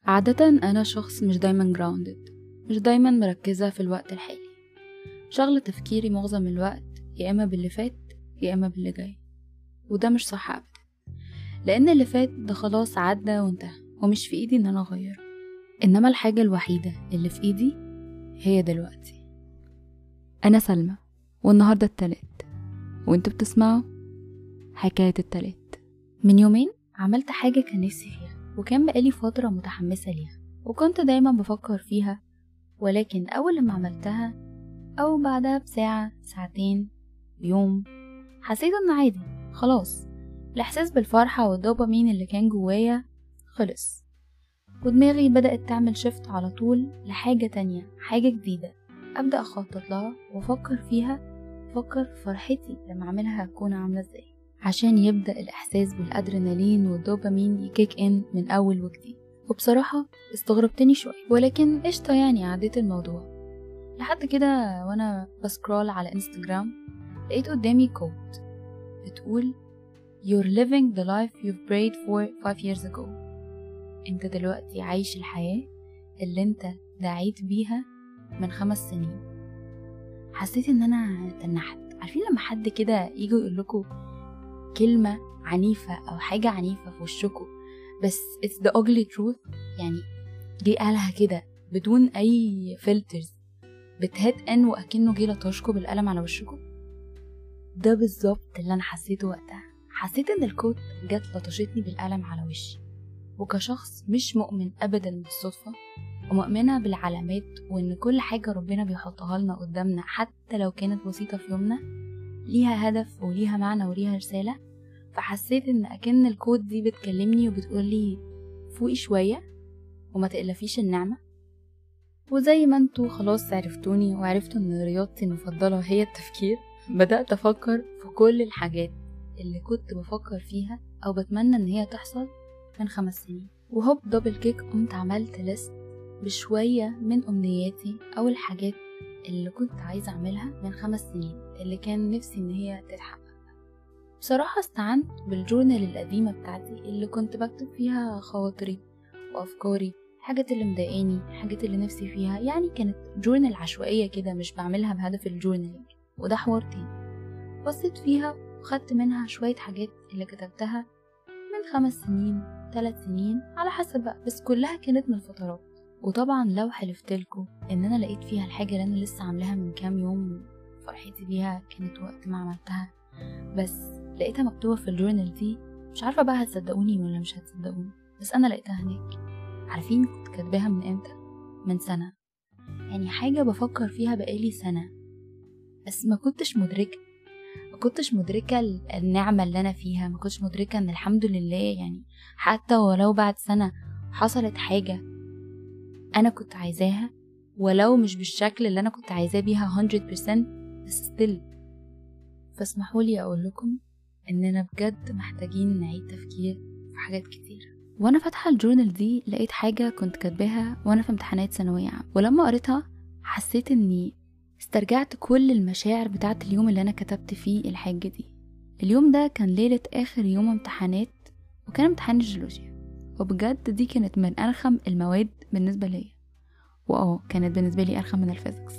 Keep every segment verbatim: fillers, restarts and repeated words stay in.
عادة أنا شخص مش دايما grounded، مش دايما مركزة في الوقت الحالي. شغل تفكيري معظم الوقت يا إما باللي فات يا إما باللي جاي، وده مش صح أبدا، لأن اللي فات ده خلاص عدى وانتهى ومش في إيدي إن أنا أغيره. إنما الحاجة الوحيدة اللي في إيدي هي دلوقتي. أنا سلمى، والنهاردة التلات، وانتوا بتسمعوا حكاية التلات. من يومين عملت حاجة كان نفسي فيها، وكان بقالي فترة متحمسة ليها، وكنت دايما بفكر فيها، ولكن أول لما عملتها أو بعدها بساعة ساعتين يوم حسيت إن عادي، خلاص الإحساس بالفرحة والدوبامين اللي كان جوايا خلص، ودماغي بدأت تعمل شفت على طول لحاجة تانية، حاجة جديدة أبدأ أخطط لها وأفكر فيها، أفكر في فرحتي لما أعملها هتكون عاملة إزاي، عشان يبدأ الإحساس بالأدرينالين والدوبامين يكيك إن من أول وجديد. وبصراحة استغربتني شوية، ولكن قشطة يعني عديت الموضوع. لحد كده وأنا بسكرول على انستجرام لقيت قدامي كوت بتقول You're living the life you've prayed for five years ago. انت دلوقتي عايش الحياة اللي انت دعيت بيها من خمس سنين. حسيت ان انا تنحت. عارفين لما حد كده يجي يقول لكم كلمة عنيفة او حاجة عنيفة في وشكم، بس it's the ugly truth، يعني جه قالها كده بدون اي فلترز، بتهات ان واكنه جه لطشكوا بالقلم على وشكم. ده بالظبط اللي انا حسيته وقتها. حسيت ان الكوت جت لطشتني بالقلم على وشي، وكشخص مش مؤمن ابدا بالصدفة، ومؤمنة بالعلامات، وان كل حاجة ربنا بيحطها لنا قدامنا حتى لو كانت بسيطة في يومنا ليها هدف وليها معنى وليها رسالة. فحسيت ان اكن الكوت دي بتكلمني وبتقولي فوقي شوية وما تقلفيش النعمة. وزي ما انتوا خلاص عرفتوني وعرفتوا ان رياضتي المفضلة هي التفكير، بدأت افكر في كل الحاجات اللي كنت بفكر فيها او بتمنى ان هي تحصل من خمس سنين، وهوب دبل كيك قمت عملت ليست بشوية من امنياتي او الحاجات اللي كنت عايزة اعملها من خمس سنين اللي كان نفسي ان هي تتحقق. بصراحة استعنت بالجورنال القديمة بتاعتي اللي كنت بكتب فيها خواطري وافكاري، حاجات اللي مضايقاني، حاجات اللي نفسي فيها، يعني كانت جورنال عشوائية كده مش بعملها بهدف الجورنالينج، وده حوار تاني. بصيت فيها وخدت منها شوية حاجات اللي كتبتها من خمس سنين ثلاث سنين على حسب بقى، بس كلها كانت من الفترات. وطبعا لو حلفتلكوا ان انا لقيت فيها الحاجة اللي انا لسه عاملاها من كام يوم فرحتي بيها كانت وقت ما عملتها، بس لقيتها مكتوبة في الجورنال دي، مش عارفة بقى هتصدقوني ولا مش هتصدقوني، بس انا لقيتها هناك. عارفين كنت كاتباها من امتى؟ من سنة، يعني حاجة بفكر فيها بقالي سنة، بس ما كنتش مدركة ما كنتش مدركة النعمة اللي أنا فيها، ما كنتش مدركة أن الحمد لله يعني حتى ولو بعد سنة حصلت حاجة أنا كنت عايزاها، ولو مش بالشكل اللي أنا كنت عايزاه بيها مية بالمية، بس still. فاسمحولي أقول لكم إننا بجد محتاجين نعيد تفكير في حاجات كتير. وأنا فاتحة الجورنال دي لقيت حاجة كنت كاتباها وأنا في امتحانات ثانوية عامة، ولما قريتها حسيت إني استرجعت كل المشاعر بتاعت اليوم اللي أنا كتبت فيه الحاجة دي. اليوم ده كان ليلة آخر يوم امتحانات، وكان امتحان الجيولوجيا، وبجد دي كانت من أرخم المواد بالنسبة لي، وآه كانت بالنسبة لي أرخم من الفيزيكس.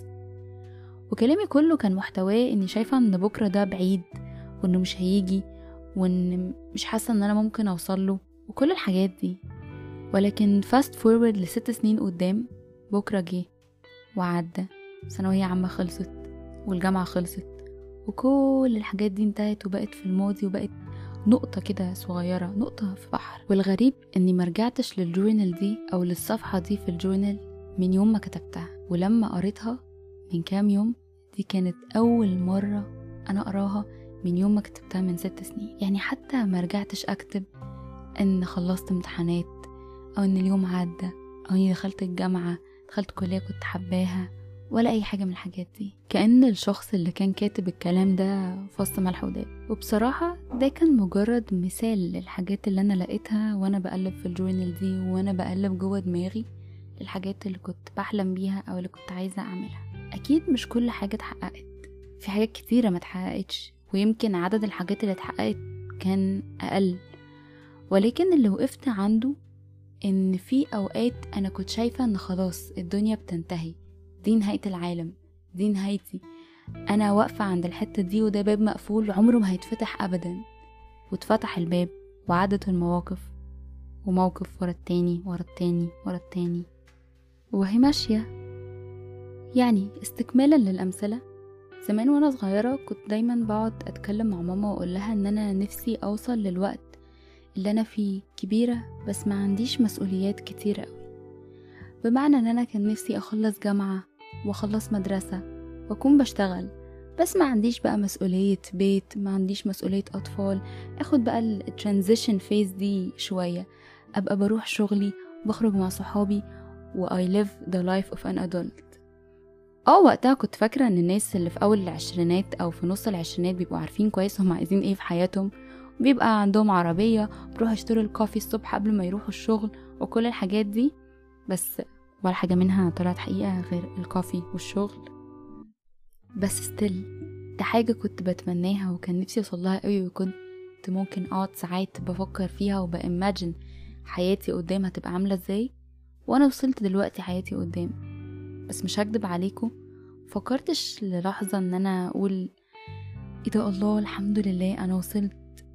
وكلامي كله كان محتواه إني شايفة إن بكرة ده بعيد، وإنه مش هيجي، وإن مش حاسة إن أنا ممكن أوصله، وكل الحاجات دي. ولكن فاست فورورد لست سنين قدام، بكرة جه وعدى، ثانوية عامة خلصت والجامعة خلصت، وكل الحاجات دي انتهت وبقت في الماضي، وبقت نقطة كده صغيرة، نقطة في بحر. والغريب اني مرجعتش للجورنال دي او للصفحة دي في الجورنال من يوم ما كتبتها، ولما قريتها من كام يوم دي كانت اول مرة انا اقراها من يوم ما كتبتها من ست سنين. يعني حتى مرجعتش اكتب ان خلصت امتحانات، او ان اليوم عدى، او اني دخلت الجامعة، دخلت كلية كنت حباها، ولا اي حاجة من الحاجات دي. كأن الشخص اللي كان كاتب الكلام ده فص ملح وداب. وبصراحة ده كان مجرد مثال للحاجات اللي انا لقيتها وانا بقلب في الجورنال دي، وانا بقلب جوه دماغي الحاجات اللي كنت بحلم بيها او اللي كنت عايزة اعملها. اكيد مش كل حاجة اتحققت، في حاجات كتيرة ما اتحققتش، ويمكن عدد الحاجات اللي اتحققت كان اقل، ولكن اللي وقفت عنده ان في اوقات انا كنت شايفة ان خلاص الدنيا بتنتهي، دي نهاية العالم، دي نهايتي، انا واقفة عند الحتة دي وده باب مقفول عمره ما هيتفتح ابدا. واتفتح الباب وعدت المواقف، وموقف ورا التاني ورا التاني ورا التاني وهي ماشية. يعني استكمالا للأمثلة، زمان وانا صغيرة كنت دايما بقعد اتكلم مع ماما واقول لها ان انا نفسي اوصل للوقت اللي انا فيه كبيرة بس ما عنديش مسؤوليات كتيرة قوي. بمعنى ان انا كان نفسي اخلص جامعة واخلص مدرسة واكون بشتغل، بس ما عنديش بقى مسؤولية بيت، ما عنديش مسؤولية اطفال، اخد بقى الترانزيشن فيز دي شوية، ابقى بروح شغلي وبخرج مع صحابي و I live the life of an adult. اه وقتها كنت فاكرة ان الناس اللي في اول العشرينات او في نص العشرينات بيبقوا عارفين كويس هم عايزين ايه في حياتهم، بيبقى عندهم عربية، بيروحوا يشتروا الكافي الصبح قبل ما يروحوا الشغل وكل الحاجات دي، بس ولا حاجة منها طلعت حقيقة غير الكافي والشغل. بس ستيل ده حاجة كنت بتمناها وكان نفسي اوصلها قوي، وكنت ممكن اقعد ساعات بفكر فيها وبإماجن حياتي قدام هتبقى عاملة ازاي، وانا وصلت دلوقتي حياتي قدام. بس مش هكدب عليكم، فكرتش للحظة ان انا اقول ايه ده الله الحمد لله انا وصلت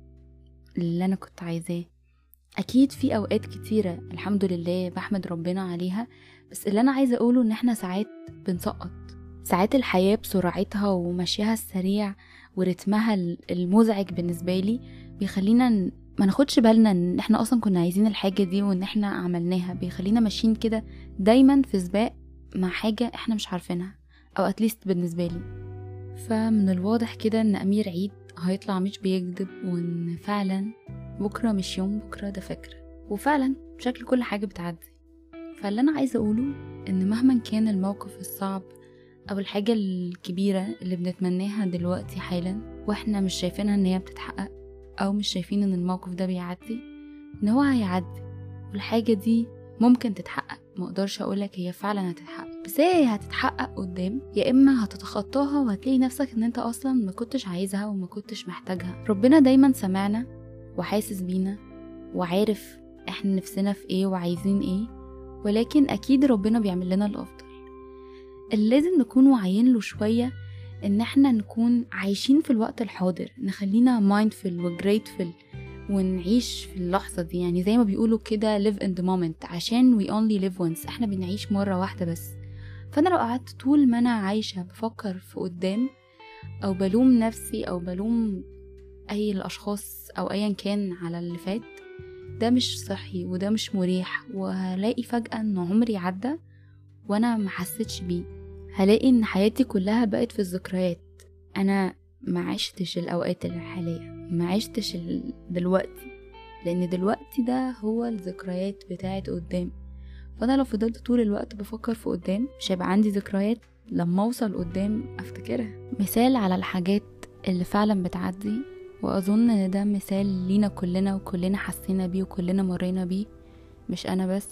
اللي انا كنت عايزاه. اكيد في اوقات كتيرة الحمد لله بحمد ربنا عليها، بس اللي انا عايزة اقوله ان احنا ساعات بنسقط، ساعات الحياة بسرعتها ومشيها السريع ورتمها المزعج بالنسبة لي بيخلينا ما ناخدش بالنا ان احنا اصلا كنا عايزين الحاجة دي وان احنا عملناها، بيخلينا ماشيين كده دايما في سباق مع حاجة احنا مش عارفينها، او اتليست بالنسبة لي. فمن الواضح كده ان امير عيد هيطلع مش بيكذب، وان فعلا بكرة مش يوم بكرة ده فكرة، وفعلا بشكل كل حاجة بتعدي. فاللي انا عايزة اقوله ان مهما كان الموقف الصعب او الحاجة الكبيرة اللي بنتمناها دلوقتي حالا واحنا مش شايفينها ان هي بتتحقق، او مش شايفين ان الموقف ده بيعدي، ان هو هيعدي والحاجة دي ممكن تتحقق. ما اقدرش اقولك هي فعلا هتتحقق، بس هي هتتحقق قدام، يا اما هتتخطاها وهتلاقي نفسك ان انت اصلا ما كنتش عايزها وما كنتش محتاجها. ربنا دايما سمعنا وحاسس بينا وعارف احنا نفسنا في ايه وعايزين ايه، ولكن اكيد ربنا بيعمل لنا الافضل. اللي لازم نكون واعيين له شوية ان احنا نكون عايشين في الوقت الحاضر، نخلينا mindful و grateful ونعيش في اللحظة دي. يعني زي ما بيقولوا كده live in the moment، عشان we only live once، احنا بنعيش مرة واحدة بس. فانا لو قعدت طول ما انا عايشة بفكر في قدام، او بلوم نفسي او بلوم اي الاشخاص او ايا كان على اللي فات، ده مش صحي وده مش مريح، وهلاقي فجأة ان عمري عدى وانا ما حسيتش بيه. هلاقي ان حياتي كلها بقت في الذكريات، انا ما عشتش الاوقات الحالية، ما عشتش دلوقتي، لان دلوقتي ده هو الذكريات بتاعت قدام. فانا لو فضلت طول الوقت بفكر في قدام مش هيبقى عندي ذكريات لما اوصل قدام افتكرها. مثال على الحاجات اللي فعلا بتعدي، واظن ان ده مثال لينا كلنا وكلنا حسينا بيه وكلنا مرينا بيه، مش انا بس،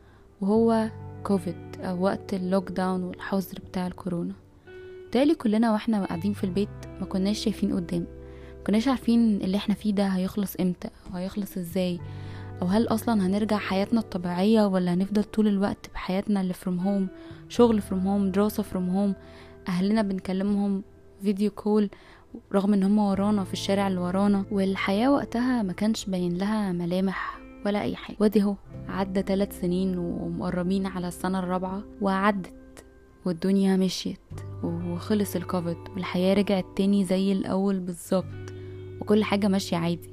وهو كوفيد او وقت اللوك داون والحظر بتاع الكورونا. تالي كلنا واحنا قاعدين في البيت ما كناش شايفين قدام، ما كناش عارفين اللي احنا فيه ده هيخلص امتى وهيخلص ازاي، او هل اصلا هنرجع حياتنا الطبيعية ولا هنفضل طول الوقت بحياتنا اللي فروم هوم، شغل فروم هوم، دراسة فروم هوم، اهلنا بنكلمهم فيديو كول رغم ان هم ورانا في الشارع اللي ورانا. والحياة وقتها ما كانش باين لها ملامح ولا اي حاجة. وادي هو عدى ثلاث سنين ومقربين على السنة الرابعة وعدت والدنيا مشيت وخلص الكوفيد والحياة رجعت تاني زي الاول بالظبط وكل حاجة ماشية عادي.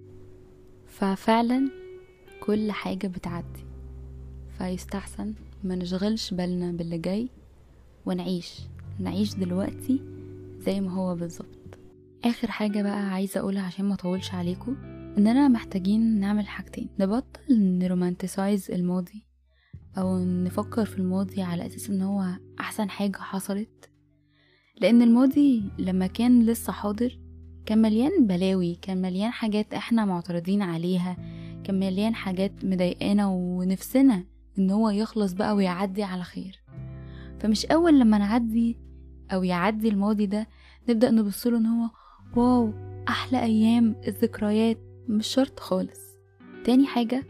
ففعلا كل حاجة بتعدي، فيستحسن ما نشغلش بالنا باللي جاي ونعيش نعيش دلوقتي زي ما هو بالظبط. اخر حاجة بقى عايزة اقولها عشان ما اطولش عليكم، اننا محتاجين نعمل حاجتين: نبطل نرومانتسايز الماضي او نفكر في الماضي على اساس ان هو احسن حاجة حصلت، لان الماضي لما كان لسه حاضر كان مليان بلاوي، كان مليان حاجات احنا معترضين عليها، كان مليان حاجات مضايقانا ونفسنا ان هو يخلص بقى ويعدي على خير. فمش اول لما نعدي او يعدي الماضي ده نبدأ نبصله ان هو واو احلى ايام الذكريات، مش شرط خالص. تاني حاجة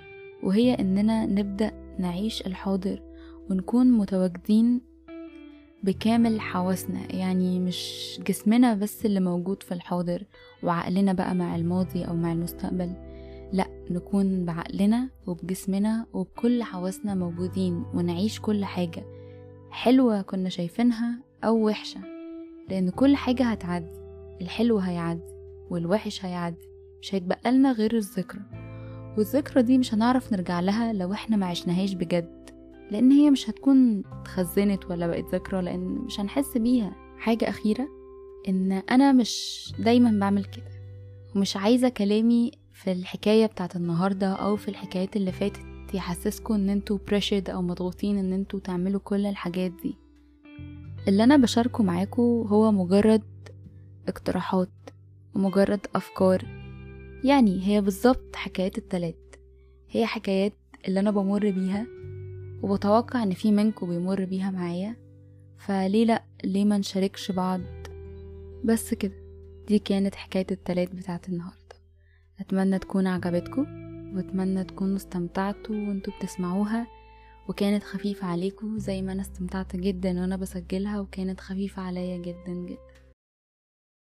وهي إننا نبدأ نعيش الحاضر ونكون متواجدين بكامل حواسنا، يعني مش جسمنا بس اللي موجود في الحاضر وعقلنا بقى مع الماضي أو مع المستقبل، لأ، نكون بعقلنا وبجسمنا وبكل حواسنا موجودين ونعيش كل حاجة حلوة كنا شايفينها أو وحشة، لأن كل حاجة هتعدي، الحلو هيعدي والوحش هيعدي، مش هيتبقى لنا غير الذكرى، والذكرى دي مش هنعرف نرجع لها لو احنا ما عشناهاش بجد، لأن هي مش هتكون اتخزنت ولا بقت ذكرى، لأن مش هنحس بيها. حاجة أخيرة، إن أنا مش دايما بعمل كده، ومش عايزة كلامي في الحكاية بتاعت النهاردة أو في الحكايات اللي فاتت يحسسكم ان انتوا pressured او مضغوطين ان انتوا تعملوا كل الحاجات دي. اللي انا بشاركه معاكم هو مجرد اقتراحات ومجرد افكار، يعني هي بالظبط حكايات التلات، هي حكايات اللي انا بمر بيها وبتوقع ان في منكم بيمر بيها معايا، فليه لا، ليه ما نشاركش بعض؟ بس كده، دي كانت حكاية التلات بتاعت النهاردة. اتمنى تكون عجبتكم، واتمنى تكونوا استمتعتوا وانتوا بتسمعوها، وكانت خفيفة عليكم زي ما انا استمتعت جدا وانا بسجلها، وكانت خفيفة عليا جدا جدا.